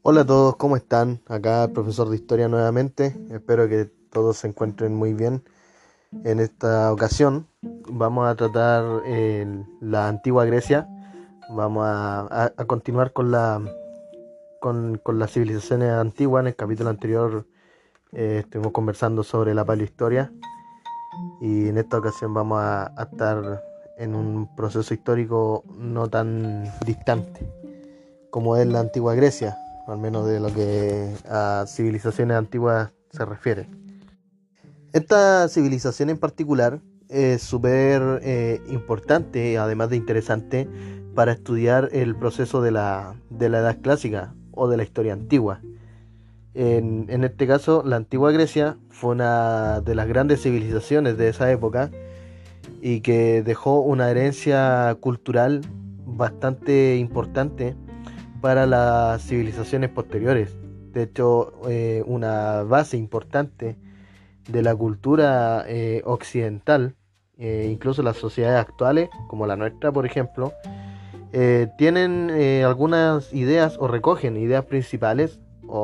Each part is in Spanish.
Hola a todos, ¿cómo están? Acá el profesor de historia nuevamente. Espero que todos se encuentren muy bien. En esta ocasión vamos a tratar la antigua Grecia. Vamos a continuar con las civilizaciones antiguas. En el capítulo anterior estuvimos conversando sobre la paleohistoria y en esta ocasión vamos a estar en un proceso histórico no tan distante como es la antigua Grecia, al menos de lo que a civilizaciones antiguas se refiere. Esta civilización en particular es súper importante, además de interesante, para estudiar el proceso de la Edad Clásica o de la historia antigua. En este caso, la antigua Grecia fue una de las grandes civilizaciones de esa época y que dejó una herencia cultural bastante importante para las civilizaciones posteriores. De hecho, una base importante de la cultura occidental, incluso las sociedades actuales, como la nuestra, por ejemplo, tienen algunas ideas o recogen ideas principales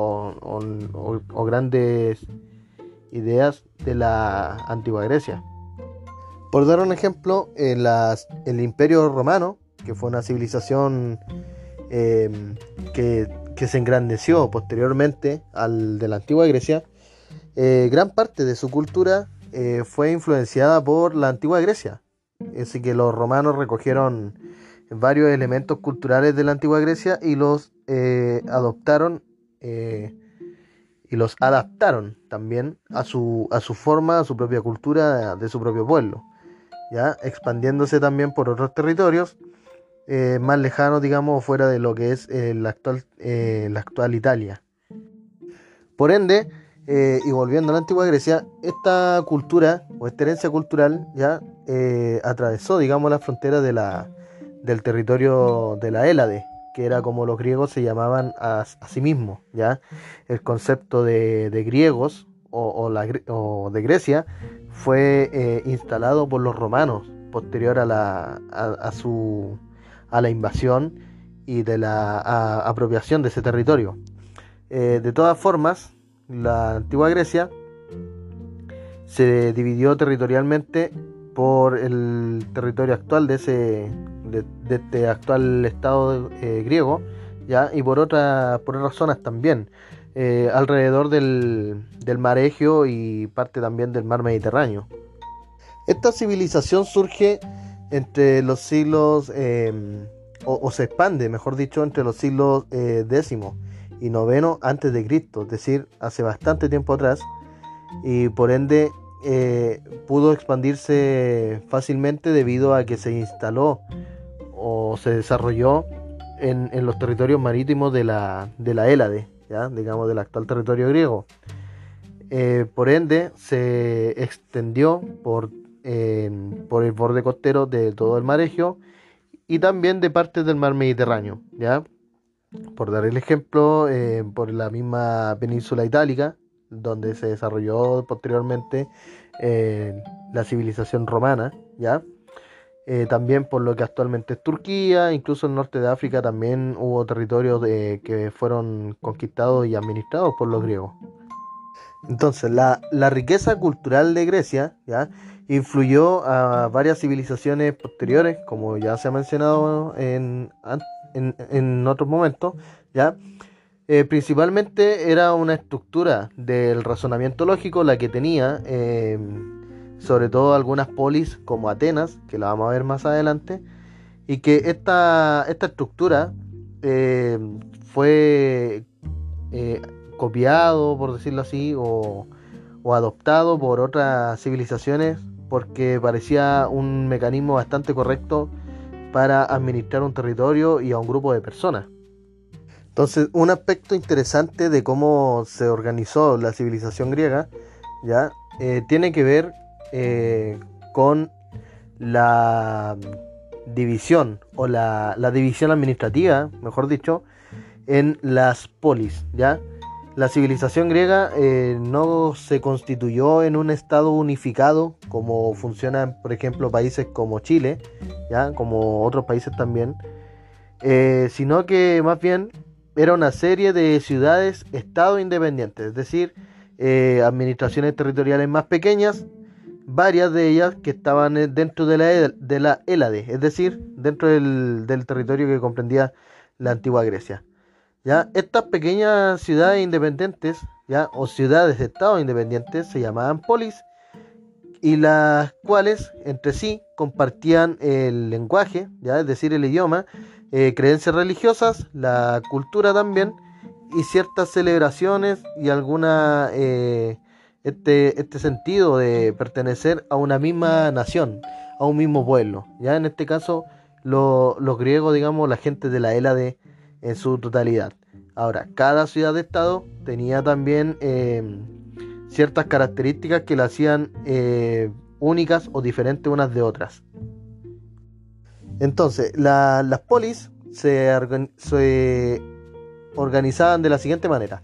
o grandes ideas de la antigua Grecia. Por dar un ejemplo, el Imperio Romano, que fue una civilización eh, que se engrandeció posteriormente al de la antigua Grecia, gran parte de su cultura fue influenciada por la antigua Grecia. Así que los romanos recogieron varios elementos culturales de la antigua Grecia y los adoptaron y los adaptaron también a su forma, a su propia cultura de su propio pueblo, ya expandiéndose también por otros territorios más lejanos, digamos, fuera de lo que es la actual Italia. Por ende, y volviendo a la antigua Grecia, esta cultura o esta herencia cultural ya atravesó, digamos, las fronteras del territorio de la Hélade, que era como los griegos se llamaban a sí mismos, ya. El concepto de griegos o de Grecia fue instalado por los romanos posterior a la invasión y de la apropiación de ese territorio. De todas formas, la antigua Grecia se dividió territorialmente por el territorio actual de este actual estado griego, ¿ya? Y por otras zonas también, alrededor del mar Egeo y parte también del mar Mediterráneo. Esta civilización surge entre los siglos, o se expande, mejor dicho, entre los siglos décimo y noveno antes de Cristo, es decir, hace bastante tiempo atrás, y por ende pudo expandirse fácilmente debido a que se instaló o se desarrolló en los territorios marítimos de la Hélade, ¿ya? Digamos del actual territorio griego. Por ende, se extendió por el borde costero de todo el mar Egeo y también de partes del mar Mediterráneo, ¿ya? Por dar el ejemplo, por la misma península itálica, donde se desarrolló posteriormente la civilización romana, ¿ya? También por lo que actualmente es Turquía, incluso el norte de África también hubo territorios que fueron conquistados y administrados por los griegos. Entonces, la riqueza cultural de Grecia, ¿ya? Influyó a varias civilizaciones posteriores, como ya se ha mencionado en otros momentos, ¿ya? Principalmente era una estructura del razonamiento lógico la que tenía, sobre todo algunas polis como Atenas, que la vamos a ver más adelante, y que esta estructura eh, fue eh, copiado, por decirlo así, o adoptado por otras civilizaciones porque parecía un mecanismo bastante correcto para administrar un territorio y a un grupo de personas. Entonces, un aspecto interesante de cómo se organizó la civilización griega, ya, tiene que ver con la división o la división administrativa, mejor dicho, en las polis, ¿ya? La civilización griega no se constituyó en un estado unificado como funcionan, por ejemplo, países como Chile, ¿ya? Como otros países también, sino que más bien era una serie de ciudades-estado independientes, es decir, administraciones territoriales más pequeñas, varias de ellas que estaban dentro de la Hélade, es decir, dentro del territorio que comprendía la antigua Grecia. ¿Ya? Estas pequeñas ciudades independientes, ¿ya? O ciudades-estado independientes se llamaban polis, y las cuales entre sí compartían el lenguaje, ¿ya? Es decir, el idioma, creencias religiosas, la cultura también, y ciertas celebraciones y alguna este sentido de pertenecer a una misma nación, a un mismo pueblo. Ya en este caso los griegos, digamos, la gente de la Hélade en su totalidad. Ahora, cada ciudad-estado tenía también ciertas características que la hacían únicas o diferentes unas de otras. Entonces, las polis se organizaban de la siguiente manera.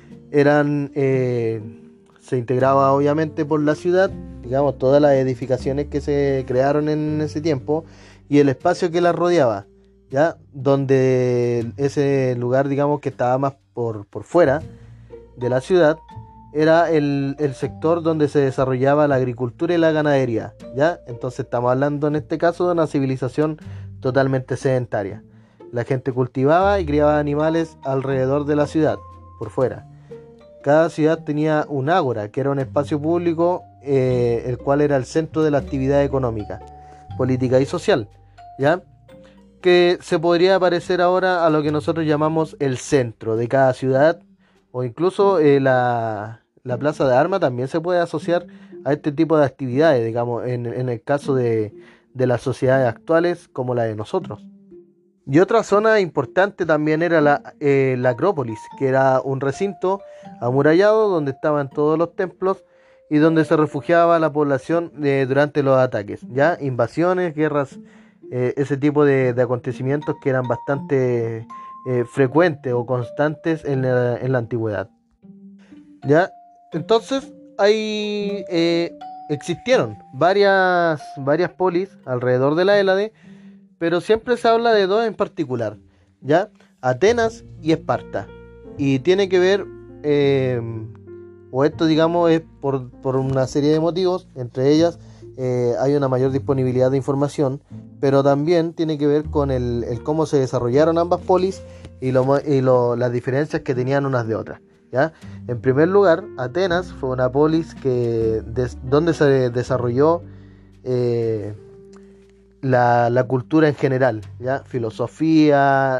Se integraba obviamente por la ciudad, digamos, todas las edificaciones que se crearon en ese tiempo y el espacio que las rodeaba, ¿ya? Donde ese lugar, digamos, que estaba más por fuera de la ciudad, era el sector donde se desarrollaba la agricultura y la ganadería, ¿ya? Entonces estamos hablando en este caso de una civilización totalmente sedentaria. La gente cultivaba y criaba animales alrededor de la ciudad, por fuera. Cada ciudad tenía un ágora, que era un espacio público, el cual era el centro de la actividad económica, política y social, ¿ya? Que se podría parecer ahora a lo que nosotros llamamos el centro de cada ciudad, o incluso la plaza de armas también se puede asociar a este tipo de actividades, digamos, en el caso de las sociedades actuales como la de nosotros. Y otra zona importante también era la Acrópolis, que era un recinto amurallado donde estaban todos los templos y donde se refugiaba la población durante los ataques, ya invasiones, guerras, ese tipo de acontecimientos que eran bastante frecuentes o constantes en la antigüedad. ¿Ya? Entonces, ahí existieron varias polis alrededor de la Hélade, pero siempre se habla de dos en particular, ¿ya? Atenas y Esparta. Y tiene que ver, o esto digamos es por una serie de motivos, entre ellas hay una mayor disponibilidad de información, pero también tiene que ver con el cómo se desarrollaron ambas polis y las diferencias que tenían unas de otras, ¿ya? En primer lugar, Atenas fue una polis donde se desarrolló la cultura en general, ¿ya? Filosofía,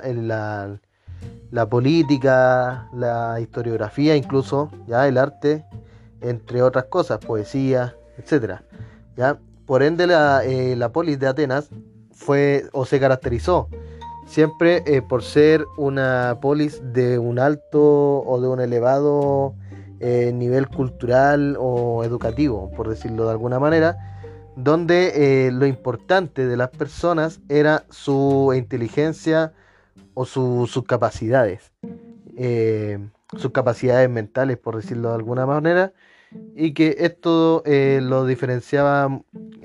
la política, la historiografía incluso, ¿ya? El arte, entre otras cosas, poesía, etcétera, ¿ya? Por ende la polis de Atenas fue o se caracterizó siempre por ser una polis de un alto o de un elevado nivel cultural o educativo, por decirlo de alguna manera, donde lo importante de las personas era su inteligencia o sus capacidades, sus capacidades mentales, por decirlo de alguna manera, y que esto lo diferenciaba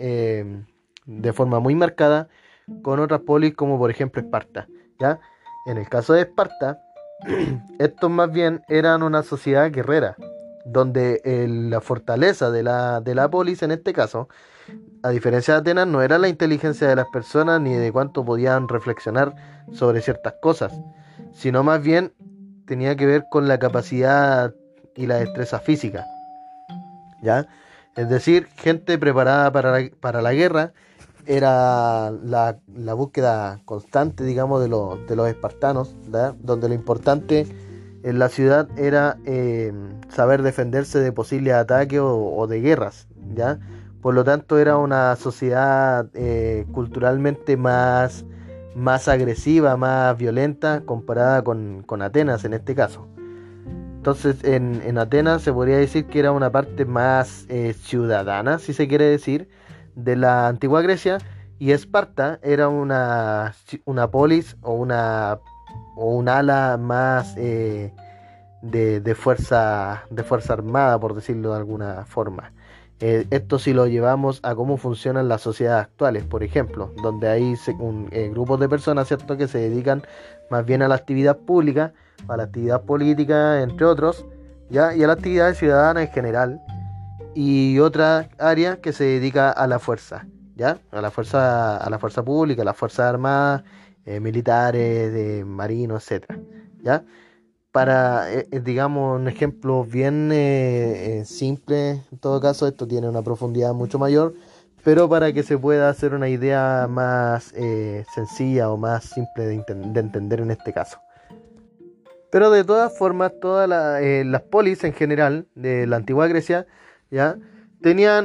de forma muy marcada con otras polis como por ejemplo Esparta, ¿ya? En el caso de Esparta, estos más bien eran una sociedad guerrera, donde la fortaleza de la polis en este caso, a diferencia de Atenas, no era la inteligencia de las personas ni de cuánto podían reflexionar sobre ciertas cosas, sino más bien tenía que ver con la capacidad y la destreza física, ¿ya? Es decir, gente preparada para la guerra. Era la búsqueda constante, digamos, de los espartanos, ¿verdad? Donde lo importante en la ciudad era saber defenderse de posibles ataques o de guerras, ¿ya? Por lo tanto, era una sociedad culturalmente más agresiva, más violenta, comparada con Atenas en este caso. Entonces, en Atenas se podría decir que era una parte más ciudadana, si se quiere decir, de la antigua Grecia, y Esparta era una polis o un ala más de fuerza armada, por decirlo de alguna forma. Esto si lo llevamos a cómo funcionan las sociedades actuales, por ejemplo, donde hay grupos de personas, ¿cierto?, que se dedican más bien a la actividad pública, a la actividad política, entre otros, ¿ya? Y a la actividad ciudadana en general, y otra área que se dedica a la fuerza, ¿ya? A la fuerza pública, a las fuerzas armadas, militares, marinos, etcétera, ¿ya? Para, digamos, un ejemplo bien simple, en todo caso, esto tiene una profundidad mucho mayor, pero para que se pueda hacer una idea más sencilla o más simple de entender en este caso. Pero de todas formas, todas las polis en general de la antigua Grecia, ¿ya? Tenían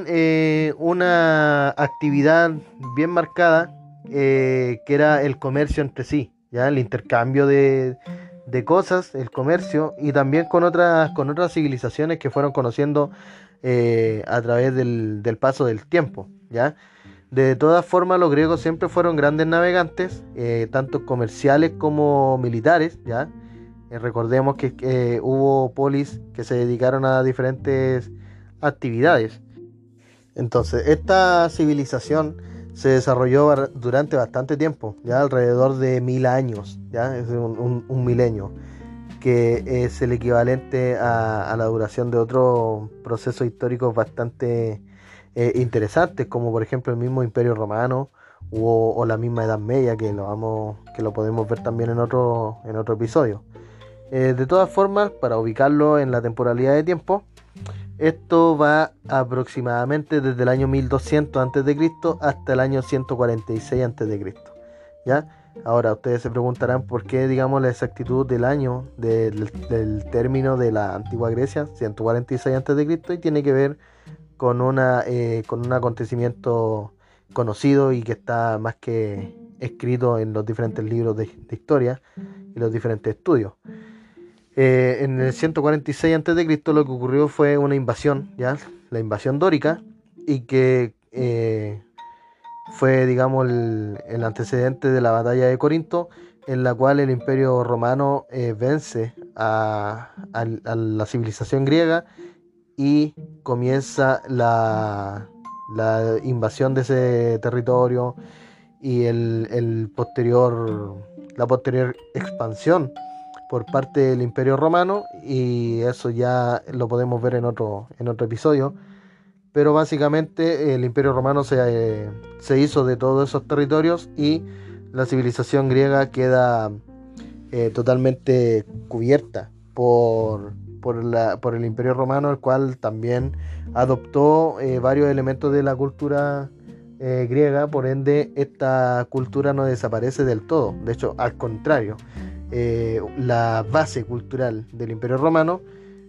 una actividad bien marcada, que era el comercio entre sí, ¿ya? El intercambio de cosas, el comercio, y también con otras civilizaciones que fueron conociendo a través del paso del tiempo, ¿ya? De todas formas, los griegos siempre fueron grandes navegantes, tanto comerciales como militares, ¿ya? Recordemos que hubo polis que se dedicaron a diferentes actividades. Entonces, esta civilización se desarrolló durante bastante tiempo, ya alrededor de 1000 años, ya es un milenio, que es el equivalente a la duración de otros procesos históricos bastante interesantes, como por ejemplo el mismo Imperio Romano o la misma Edad Media, que lo podemos ver también en otro episodio. De todas formas, para ubicarlo en la temporalidad de tiempo, esto va aproximadamente desde el año 1200 a.C. hasta el año 146 a.C. ¿Ya? Ahora ustedes se preguntarán por qué, digamos, la exactitud del año del término de la antigua Grecia, 146 a.C., y tiene que ver con un acontecimiento conocido y que está más que escrito en los diferentes libros de historia y los diferentes estudios. En el 146 a.C. lo que ocurrió fue una invasión, ¿ya? La invasión dórica, y que fue, digamos, el antecedente de la batalla de Corinto, en la cual el Imperio Romano vence a la civilización griega y comienza la invasión de ese territorio y la posterior expansión por parte del Imperio Romano, y eso ya lo podemos ver en otro episodio. Pero básicamente el Imperio Romano se hizo de todos esos territorios y la civilización griega queda totalmente cubierta por el Imperio Romano, el cual también adoptó varios elementos de la cultura griega. Por ende, esta cultura no desaparece del todo, de hecho, al contrario. La base cultural del Imperio Romano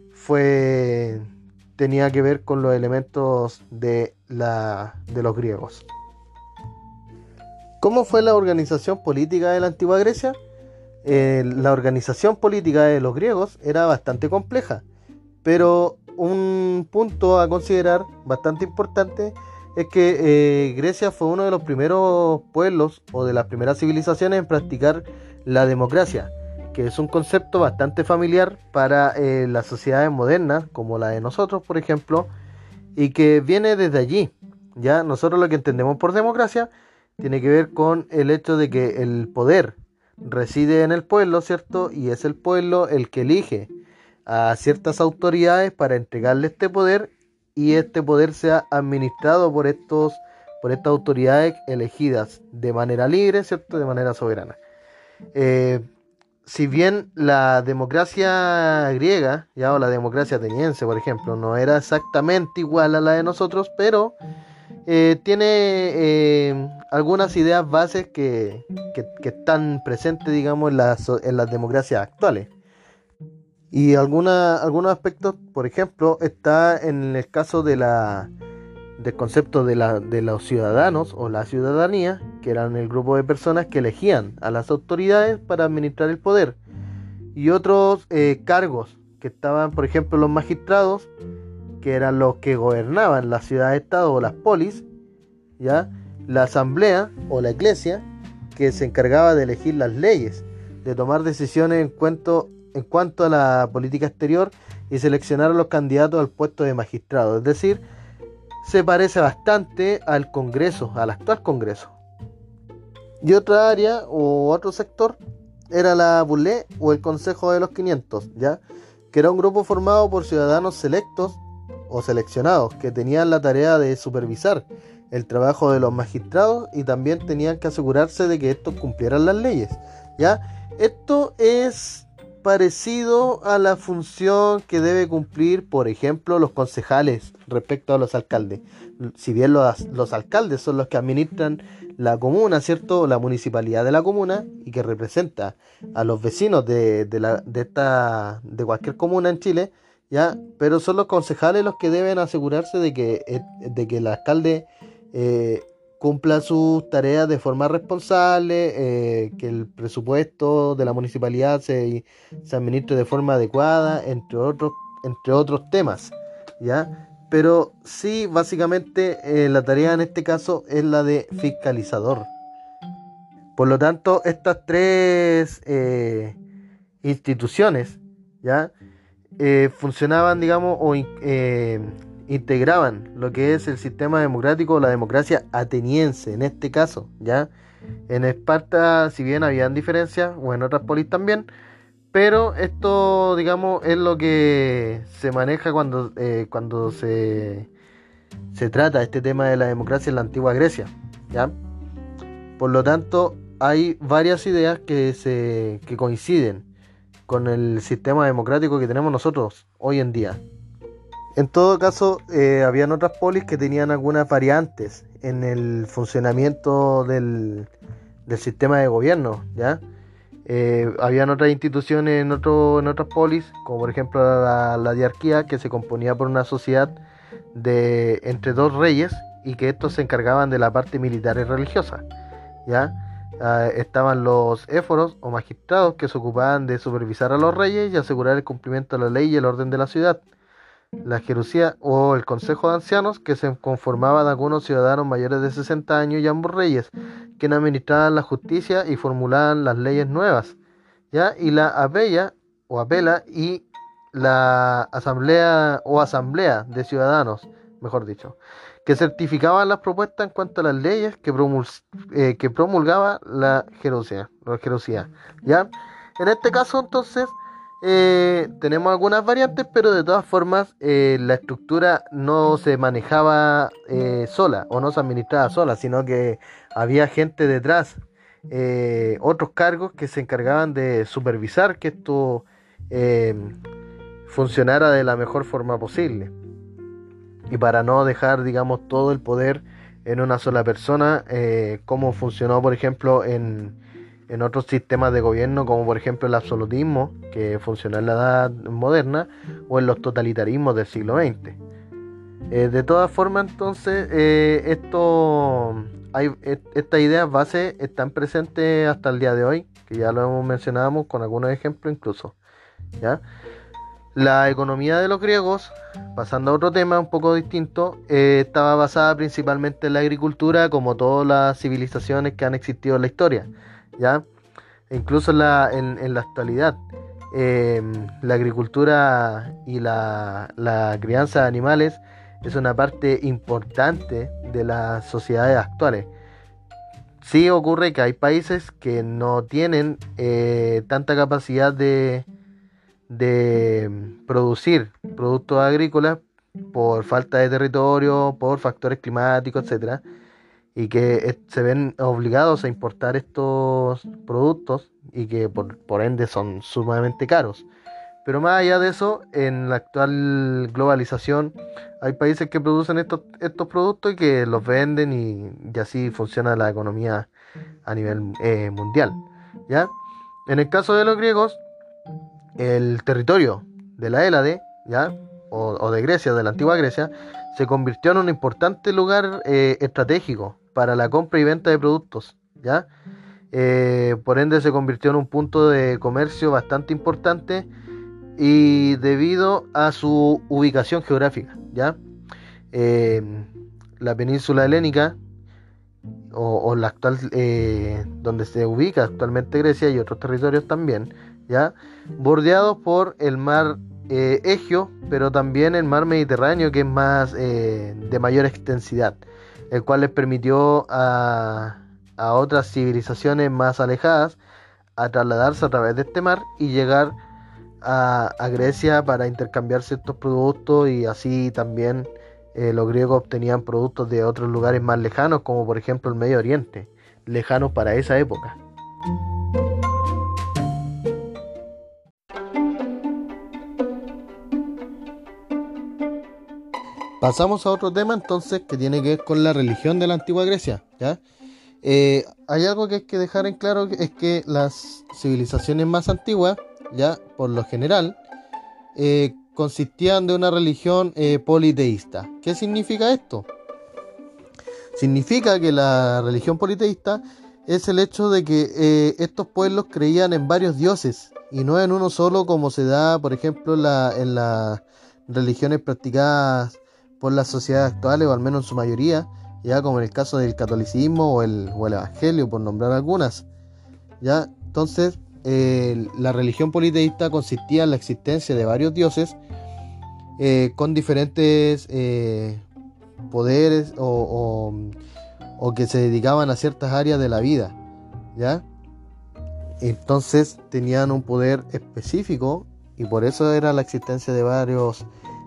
tenía que ver con los elementos de los griegos. ¿Cómo fue la organización política de la antigua Grecia? La organización política de los griegos era bastante compleja, pero un punto a considerar bastante importante es que Grecia fue uno de los primeros pueblos o de las primeras civilizaciones en practicar la democracia, que es un concepto bastante familiar para las sociedades modernas, como la de nosotros, por ejemplo, y que viene desde allí. Ya nosotros lo que entendemos por democracia tiene que ver con el hecho de que el poder reside en el pueblo, ¿cierto? Y es el pueblo el que elige a ciertas autoridades para entregarle este poder, y este poder sea administrado por estas autoridades elegidas de manera libre, ¿cierto? De manera soberana. Si bien la democracia griega, ya, o la democracia ateniense, por ejemplo, no era exactamente igual a la de nosotros, pero tiene algunas ideas bases que están presentes, digamos, en las democracias actuales. Y algunos aspectos, por ejemplo, está en el caso del concepto de los ciudadanos o la ciudadanía, que eran el grupo de personas que elegían a las autoridades para administrar el poder. Y otros cargos que estaban, por ejemplo, los magistrados, que eran los que gobernaban las ciudades-estado o las polis, ¿ya? La asamblea o la iglesia, que se encargaba de elegir las leyes, de tomar decisiones en cuanto a la política exterior y seleccionar a los candidatos al puesto de magistrado. Es decir, se parece bastante al Congreso, al actual Congreso. Y otra área o otro sector era la Boulé o el Consejo de los 500, ¿ya? Que era un grupo formado por ciudadanos selectos o seleccionados que tenían la tarea de supervisar el trabajo de los magistrados y también tenían que asegurarse de que estos cumplieran las leyes, ¿ya? Esto es parecido a la función que debe cumplir, por ejemplo, los concejales respecto a los alcaldes. Si bien los alcaldes son los que administran la comuna, ¿cierto? La municipalidad de la comuna y que representa a los vecinos de cualquier comuna en Chile, ¿ya? Pero son los concejales los que deben asegurarse de que el alcalde cumpla sus tareas de forma responsable, que el presupuesto de la municipalidad se administre de forma adecuada, entre otros temas, ¿ya? Pero sí, básicamente la tarea en este caso es la de fiscalizador. Por lo tanto, estas tres instituciones, ¿ya? Funcionaban, digamos, integraban lo que es el sistema democrático o la democracia ateniense, en este caso, ¿ya? En Esparta, si bien habían diferencias, o en otras polis también, pero esto, digamos, es lo que se maneja cuando se trata este tema de la democracia en la antigua Grecia, ¿ya? Por lo tanto, hay varias ideas que coinciden con el sistema democrático que tenemos nosotros hoy en día. En todo caso, habían otras polis que tenían algunas variantes en el funcionamiento del sistema de gobierno, ¿ya? Habían otras instituciones en otras polis, como por ejemplo la diarquía, que se componía por una sociedad entre dos reyes y que estos se encargaban de la parte militar y religiosa, ¿ya? Estaban los éforos o magistrados que se ocupaban de supervisar a los reyes y asegurar el cumplimiento de la ley y el orden de la ciudad. La Jerusía o el Consejo de Ancianos, que se conformaba de algunos ciudadanos mayores de 60 años y ambos reyes, quienes administraban la justicia y formulaban las leyes nuevas, ¿ya? Y la Apella o Apela y la Asamblea de Ciudadanos, mejor dicho, que certificaban las propuestas en cuanto a las leyes que promulgaba la Jerusía, ¿ya? En este caso, entonces, tenemos algunas variantes, pero de todas formas la estructura no se manejaba sola o no se administraba sola, sino que había gente detrás, otros cargos que se encargaban de supervisar que esto funcionara de la mejor forma posible. Y para no dejar, digamos, todo el poder en una sola persona, como funcionó, por ejemplo, en otros sistemas de gobierno, como por ejemplo el absolutismo, que funcionó en la edad moderna, o en los totalitarismos del siglo XX. De todas formas, entonces, estas ideas base están presentes hasta el día de hoy, que ya lo hemos mencionado con algunos ejemplos incluso, ¿ya? La economía de los griegos, pasando a otro tema un poco distinto, estaba basada principalmente en la agricultura, como todas las civilizaciones que han existido en la historia, ¿ya? E incluso en la actualidad, la agricultura y la crianza de animales es una parte importante de las sociedades actuales. Sí ocurre que hay países que no tienen tanta capacidad de producir productos agrícolas por falta de territorio, por factores climáticos, etcétera, y que se ven obligados a importar estos productos y que por ende son sumamente caros. Pero más allá de eso, en la actual globalización hay países que producen estos productos y que los venden y así funciona la economía a nivel mundial, ¿ya? En el caso de los griegos, el territorio de la Hélade, ¿ya? O de Grecia, de la antigua Grecia, se convirtió en un importante lugar estratégico para la compra y venta de productos, ¿ya? Por ende se convirtió en un punto de comercio bastante importante y debido a su ubicación geográfica, ¿ya? La península helénica o la actual donde se ubica actualmente Grecia y otros territorios también, ¿ya? Bordeados por el mar Egeo, pero también el mar Mediterráneo, que es más de mayor extensidad, el cual les permitió a otras civilizaciones más alejadas a trasladarse a través de este mar y llegar a Grecia para intercambiar ciertos productos, y así también los griegos obtenían productos de otros lugares más lejanos, como por ejemplo el Medio Oriente, lejanos para esa época. Pasamos a otro tema entonces que tiene que ver con la religión de la antigua Grecia, ¿ya? Hay algo que hay que dejar en claro, es que las civilizaciones más antiguas, ya por lo general, consistían de una religión politeísta. ¿Qué significa esto? Significa que la religión politeísta es el hecho de que estos pueblos creían en varios dioses y no en uno solo, como se da, por ejemplo, en las religiones practicadas por las sociedades actuales, o al menos en su mayoría, ya como en el caso del catolicismo o el evangelio, por nombrar algunas. Ya, entonces, la religión politeísta consistía en la existencia de varios dioses con diferentes poderes o que se dedicaban a ciertas áreas de la vida, ¿ya? Entonces tenían un poder específico, y por eso era la existencia de varios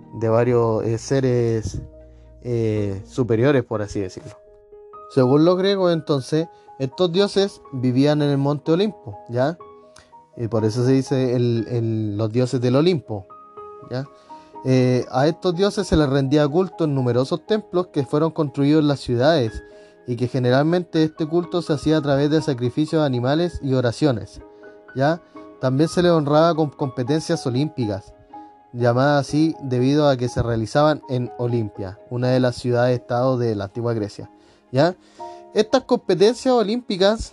seres superiores, por así decirlo. Según los griegos, entonces, estos dioses vivían en el monte Olimpo, ¿ya? Y por eso se dice los dioses del Olimpo, ¿ya? A estos dioses se les rendía culto en numerosos templos que fueron construidos en las ciudades, y que generalmente este culto se hacía a través de sacrificios de animales y oraciones, ¿ya? También se les honraba con competencias olímpicas, llamadas así debido a que se realizaban en Olimpia, una de las ciudades-estado de la antigua Grecia, ¿ya? Estas competencias olímpicas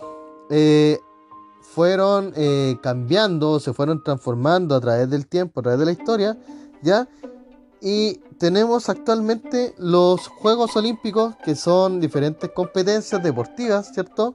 fueron cambiando, se fueron transformando a través del tiempo, a través de la historia, ¿ya? Y tenemos actualmente los Juegos Olímpicos, que son diferentes competencias deportivas, ¿cierto?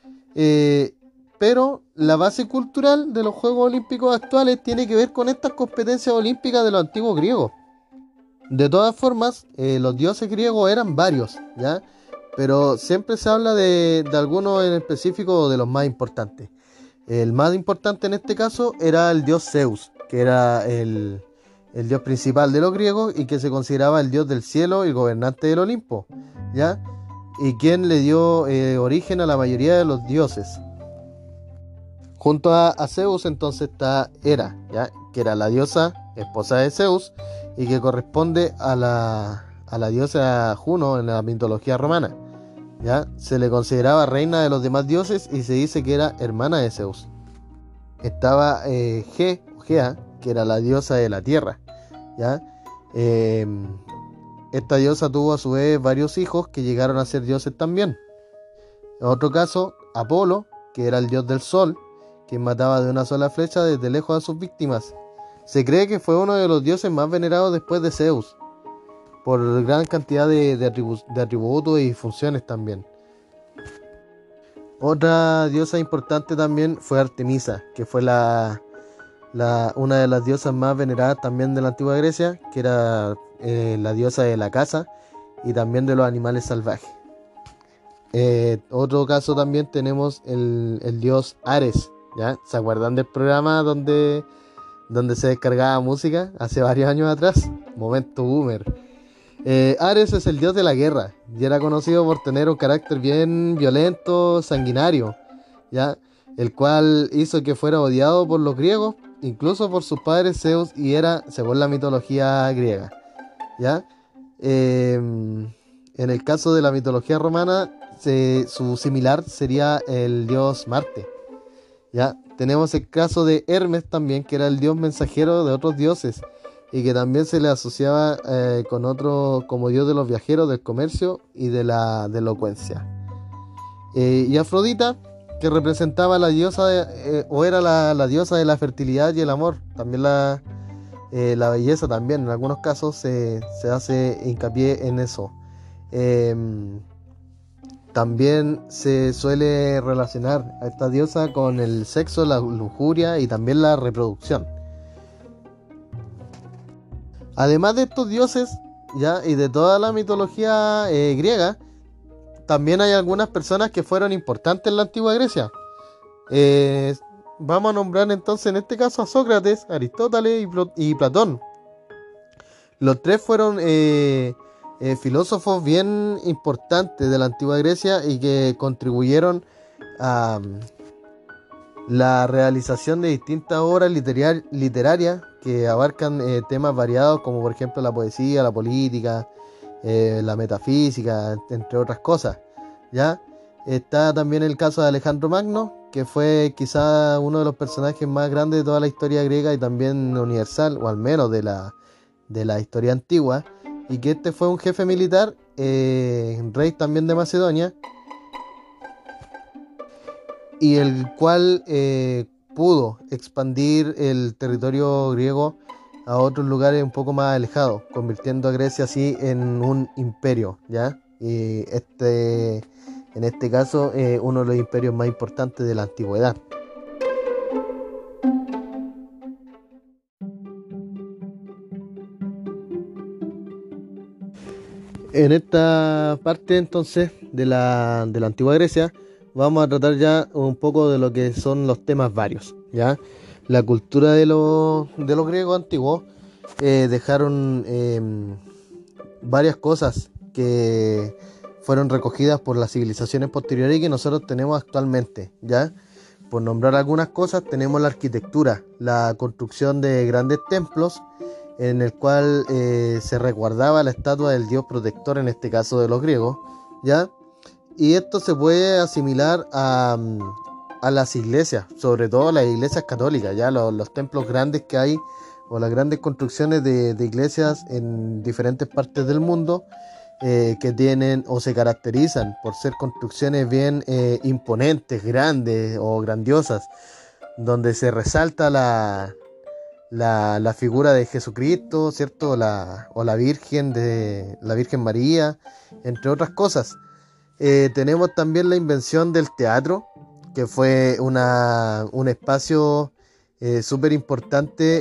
Pero la base cultural de los Juegos Olímpicos actuales tiene que ver con estas competencias olímpicas de los antiguos griegos. De todas formas, los dioses griegos eran varios, ¿ya? Pero siempre se habla de algunos en específico, de los más importantes. El más importante en este caso era el dios Zeus, que era el dios principal de los griegos y que se consideraba el dios del cielo y gobernante del Olimpo, ¿ya? Y quien le dio origen a la mayoría de los dioses. Junto a Zeus entonces está Hera, ¿ya? Que era la diosa esposa de Zeus y que corresponde a la diosa Juno en la mitología romana, ¿ya? Se le consideraba reina de los demás dioses y se dice que era hermana de Zeus. Estaba Gea, que era la diosa de la tierra, ¿ya? Esta diosa tuvo a su vez varios hijos que llegaron a ser dioses también. En otro caso, Apolo, que era el dios del sol, quien mataba de una sola flecha desde lejos a sus víctimas. Se cree que fue uno de los dioses más venerados después de Zeus, por gran cantidad de atributos y funciones también. Otra diosa importante también fue Artemisa, que fue una de las diosas más veneradas también de la antigua Grecia, que era la diosa de la caza y también de los animales salvajes. Otro caso también tenemos el dios Ares, ¿ya? ¿Se acuerdan del programa donde se descargaba música hace varios años atrás? Momento boomer. Ares es el dios de la guerra y era conocido por tener un carácter bien violento, sanguinario, ¿ya? El cual hizo que fuera odiado por los griegos, incluso por sus padres Zeus y Hera, según la mitología griega, ¿ya? En el caso de la mitología romana, su similar sería el dios Marte, ¿ya? Tenemos el caso de Hermes también, que era el dios mensajero de otros dioses y que también se le asociaba con otro como dios de los viajeros, del comercio y de la elocuencia. Y Afrodita, que representaba la diosa o era la diosa de la fertilidad y el amor, también la belleza también, en algunos casos se hace hincapié en eso. También se suele relacionar a esta diosa con el sexo, la lujuria y también la reproducción. Además de estos dioses, ¿ya? Y de toda la mitología griega, también hay algunas personas que fueron importantes en la antigua Grecia. vamos a nombrar entonces en este caso a Sócrates, Aristóteles y Platón. Los tres fueron filósofos bien importantes de la antigua Grecia y que contribuyeron a la realización de distintas obras literarias que abarcan temas variados como por ejemplo la poesía, la política, la metafísica, entre otras cosas. ¿Ya? Está también el caso de Alejandro Magno, que fue quizá uno de los personajes más grandes de toda la historia griega y también universal, o al menos de la historia antigua, y que este fue un jefe militar, rey también de Macedonia, y el cual pudo expandir el territorio griego a otros lugares un poco más alejados, convirtiendo a Grecia así en un imperio, ¿ya? Y en este caso, uno de los imperios más importantes de la antigüedad. En esta parte entonces de la antigua Grecia vamos a tratar ya un poco de lo que son los temas varios, ¿ya? La cultura de los griegos antiguos dejaron varias cosas que fueron recogidas por las civilizaciones posteriores y que nosotros tenemos actualmente, ¿ya? Por nombrar algunas cosas, tenemos la arquitectura, la construcción de grandes templos en el cual se resguardaba la estatua del dios protector, en este caso de los griegos, ¿ya? Y esto se puede asimilar a las iglesias, sobre todo las iglesias católicas, ¿ya? Los templos grandes que hay, o las grandes construcciones de iglesias en diferentes partes del mundo, que tienen o se caracterizan por ser construcciones bien imponentes, grandes o grandiosas, donde se resalta la figura de Jesucristo, ¿cierto? O la Virgen María, entre otras cosas. Tenemos también la invención del teatro, que fue un espacio súper importante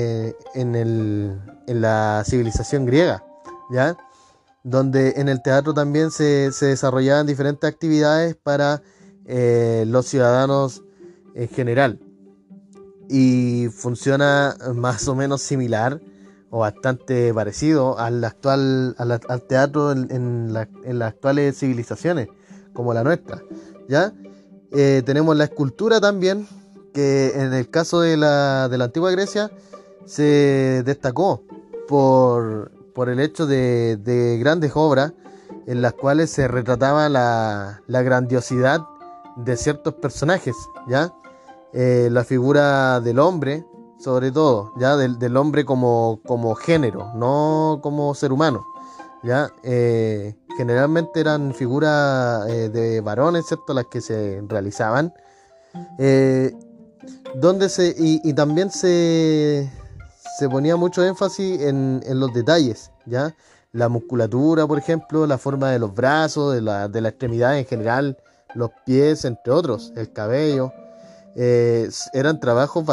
en la civilización griega, ¿ya? Donde en el teatro también se desarrollaban diferentes actividades para los ciudadanos en general. Y funciona más o menos similar o bastante parecido al teatro en las actuales civilizaciones como la nuestra, ¿ya? Tenemos la escultura también, que en el caso de la antigua Grecia se destacó por el hecho de grandes obras en las cuales se retrataba la grandiosidad de ciertos personajes, ¿ya? La figura del hombre, sobre todo, ya del hombre como género, no como ser humano, ya. Generalmente eran figuras de varones, ¿cierto? Las que se realizaban, eh, y también se ponía mucho énfasis en los detalles, ya. La musculatura, por ejemplo, la forma de los brazos, de la extremidad en general, los pies, entre otros, el cabello. Eran trabajos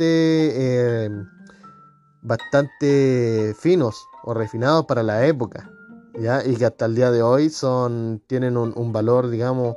bastante finos o refinados para la época, ¿ya? Y que hasta el día de hoy tienen un valor, digamos,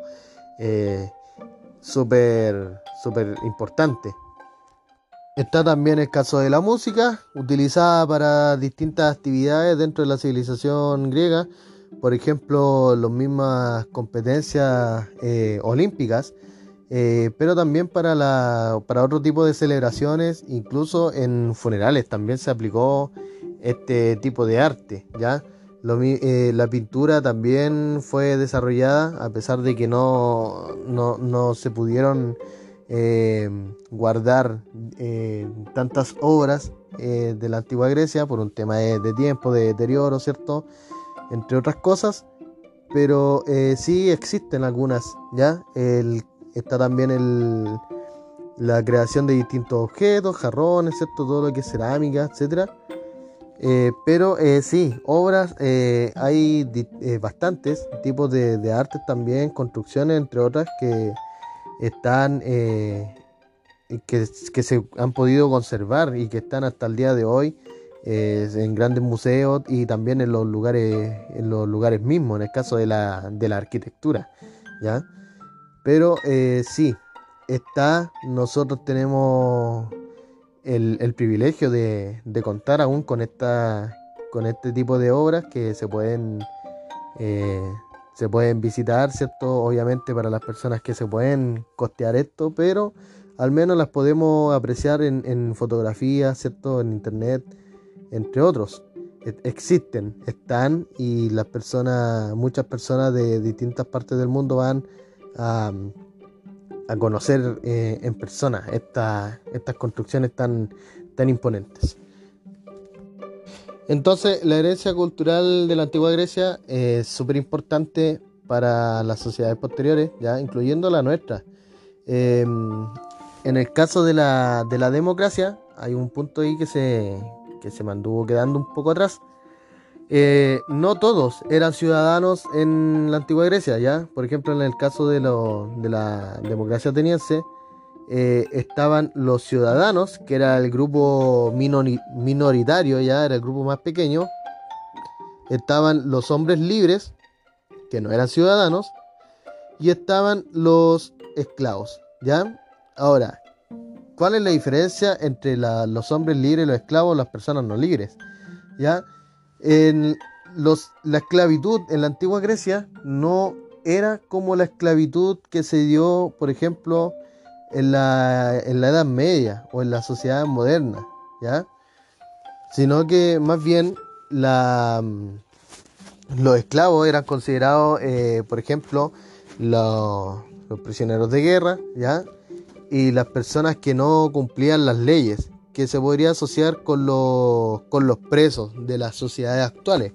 súper súper importante. Está también el caso de la música, utilizada para distintas actividades dentro de la civilización griega, por ejemplo, las mismas competencias olímpicas, pero también para otro tipo de celebraciones, incluso en funerales también se aplicó este tipo de arte, ¿ya? La pintura también fue desarrollada, a pesar de que no se pudieron guardar tantas obras de la antigua Grecia por un tema de tiempo, de deterioro, ¿cierto? Entre otras cosas, pero sí existen algunas, ¿ya? Está también la creación de distintos objetos, jarrones, ¿cierto? Todo lo que es cerámica, etcétera. Pero sí, obras, hay bastantes tipos de artes también, construcciones, entre otras, que están que se han podido conservar y que están hasta el día de hoy en grandes museos y también en los lugares mismos, en el caso de la arquitectura, ¿ya? Pero sí, nosotros tenemos el privilegio de contar aún con este tipo de obras que se pueden visitar, ¿cierto? Obviamente para las personas que se pueden costear esto, pero al menos las podemos apreciar en fotografías, ¿cierto? En internet, entre otros. Existen, están, y muchas personas de distintas partes del mundo van a conocer en persona estas construcciones tan imponentes. Entonces, la herencia cultural de la antigua Grecia es súper importante para las sociedades posteriores, ya incluyendo la nuestra. En el caso de la democracia, hay un punto ahí que se mantuvo quedando un poco atrás. No todos eran ciudadanos en la antigua Grecia, ¿ya? Por ejemplo, en el caso de la democracia ateniense, estaban los ciudadanos, que era el grupo minoritario, ya era el grupo más pequeño. Estaban los hombres libres, que no eran ciudadanos, y estaban los esclavos, ¿ya? Ahora, ¿cuál es la diferencia entre los hombres libres y los esclavos, las personas no libres? ¿Ya? La esclavitud en la antigua Grecia no era como la esclavitud que se dio, por ejemplo, en la Edad Media o en la sociedad moderna, ¿ya? Sino que más bien los esclavos eran considerados, por ejemplo, los prisioneros de guerra, ¿ya? Y las personas que no cumplían las leyes, que se podría asociar con los presos de las sociedades actuales.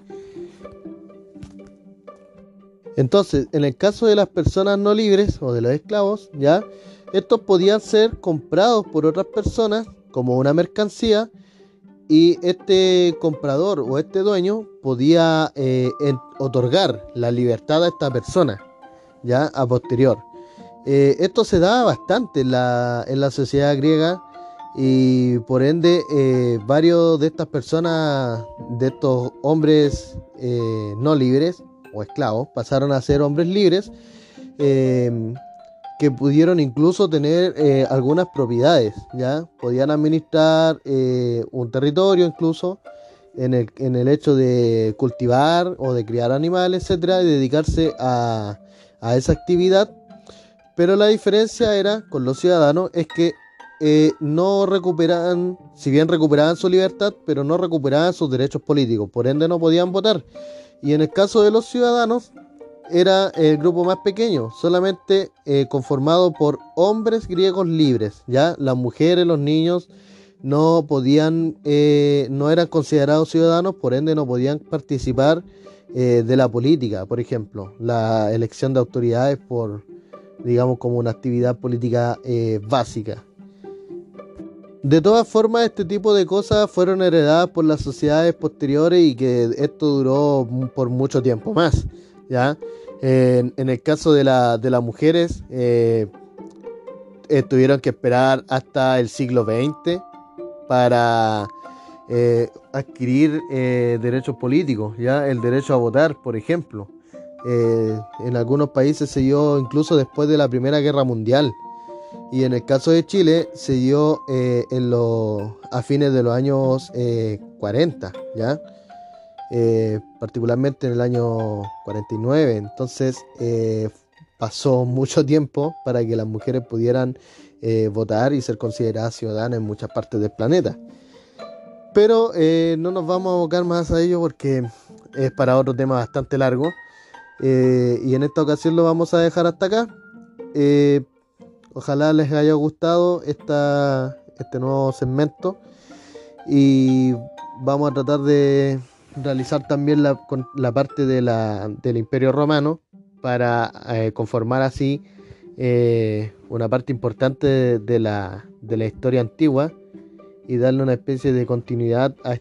Entonces, en el caso de las personas no libres o de los esclavos, ¿ya? Estos podían ser comprados por otras personas como una mercancía, y este comprador o este dueño podía otorgar la libertad a esta persona, ¿ya? A posterior. Esto se daba bastante en la sociedad griega, y por ende varios de estas personas, de estos hombres no libres o esclavos, pasaron a ser hombres libres, que pudieron incluso tener algunas propiedades, ¿ya? Podían administrar un territorio incluso en el hecho de cultivar o de criar animales, etcétera, y dedicarse a esa actividad. Pero la diferencia era con los ciudadanos es que no recuperaban, si bien recuperaban su libertad, pero no recuperaban sus derechos políticos, por ende no podían votar. Y en el caso de los ciudadanos era el grupo más pequeño, solamente conformado por hombres griegos libres, ya las mujeres, los niños no podían, no eran considerados ciudadanos, por ende no podían participar de la política, por ejemplo, la elección de autoridades digamos, como una actividad política básica. De todas formas, este tipo de cosas fueron heredadas por las sociedades posteriores, y que esto duró por mucho tiempo más, ¿ya? En el caso de las mujeres, tuvieron que esperar hasta el siglo XX para adquirir derechos políticos, ¿ya? El derecho a votar, por ejemplo. En algunos países se dio incluso después de la Primera Guerra Mundial, y en el caso de Chile se dio a fines de los años 40, ¿ya? Particularmente en el año 49. Entonces pasó mucho tiempo para que las mujeres pudieran votar y ser consideradas ciudadanas en muchas partes del planeta. Pero no nos vamos a abocar más a ello porque es para otro tema bastante largo. Y en esta ocasión lo vamos a dejar hasta acá. Ojalá les haya gustado este nuevo segmento, y vamos a tratar de realizar también la parte del Imperio Romano para conformar así una parte importante de la historia antigua, y darle una especie de continuidad a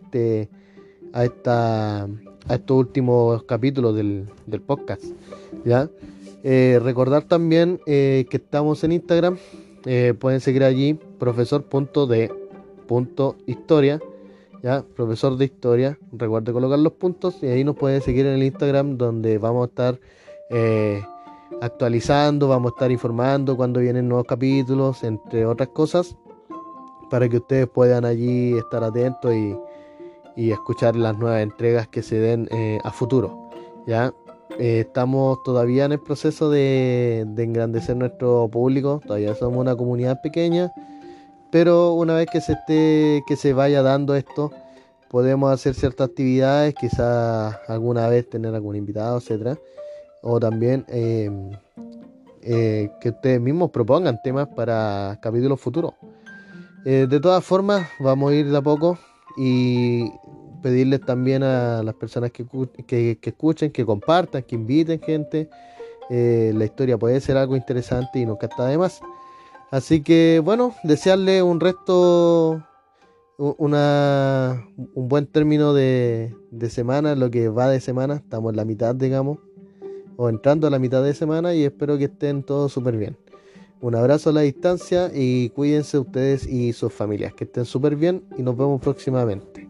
estos últimos capítulos del podcast, ¿ya? Recordar también que estamos en Instagram. Pueden seguir allí profesor.de.historia, ¿ya? Profesor de historia, recuerde colocar los puntos, y ahí nos pueden seguir en el Instagram, donde vamos a estar actualizando, vamos a estar informando cuando vienen nuevos capítulos, entre otras cosas, para que ustedes puedan allí estar atentos y escuchar las nuevas entregas que se den a futuro. ¿Ya? Estamos todavía en el proceso de engrandecer nuestro público, todavía somos una comunidad pequeña, pero una vez que se vaya dando esto, podemos hacer ciertas actividades, quizás alguna vez tener algún invitado, etcétera, o también que ustedes mismos propongan temas para capítulos futuros. De todas formas, vamos a ir de a poco y pedirles también a las personas que escuchen, que compartan, que inviten gente. La historia puede ser algo interesante y nunca está de más. Así que bueno, desearle un resto, un buen término de semana, lo que va de semana. Estamos en la mitad, digamos, o entrando a la mitad de semana, y espero que estén todos súper bien. Un abrazo a la distancia y cuídense ustedes y sus familias, que estén súper bien y nos vemos próximamente.